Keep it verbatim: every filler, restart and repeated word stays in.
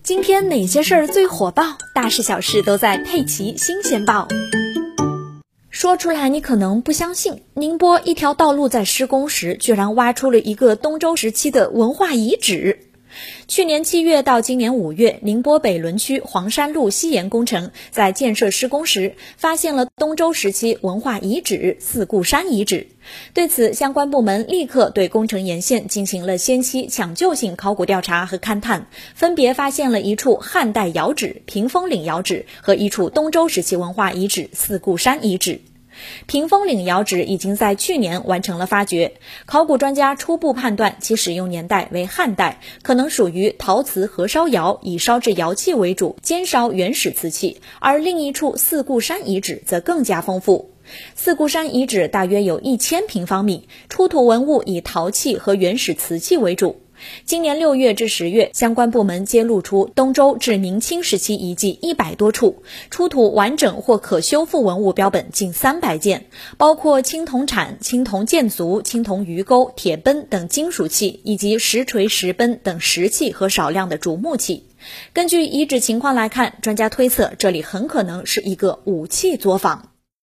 今天哪些事儿最火爆？大事小事都在佩奇新鲜报。说出来你可能不相信，宁波一条道路在施工时居然挖出了一个东周时期的文化遗址。去年七月到今年五月，宁波北仑区黄山路西延工程在建设施工时，发现了东周时期文化遗址四顾山遗址。对此，相关部门立刻对工程沿线进行了先期抢救性考古调查和勘探，分别发现了一处汉代窑址屏风岭窑址和一处东周时期文化遗址四顾山遗址。屏风岭窑址已经在去年完成了发掘，考古专家初步判断其使用年代为汉代，可能属于陶瓷合烧窑，以烧制窑器为主，煎烧原始瓷器。而另一处四顾山遗址则更加丰富。四顾山遗址大约有一千平方米，出土文物以陶器和原始瓷器为主。今年六月至十月，相关部门揭露出东周至明清时期遗迹一百多处，出土完整或可修复文物标本近三百件，包括青铜铲、青铜剑足、青铜鱼钩、铁奔等金属器，以及石锤、石奔等石器和少量的竹木器。根据遗址情况来看，专家推测这里很可能是一个武器作坊。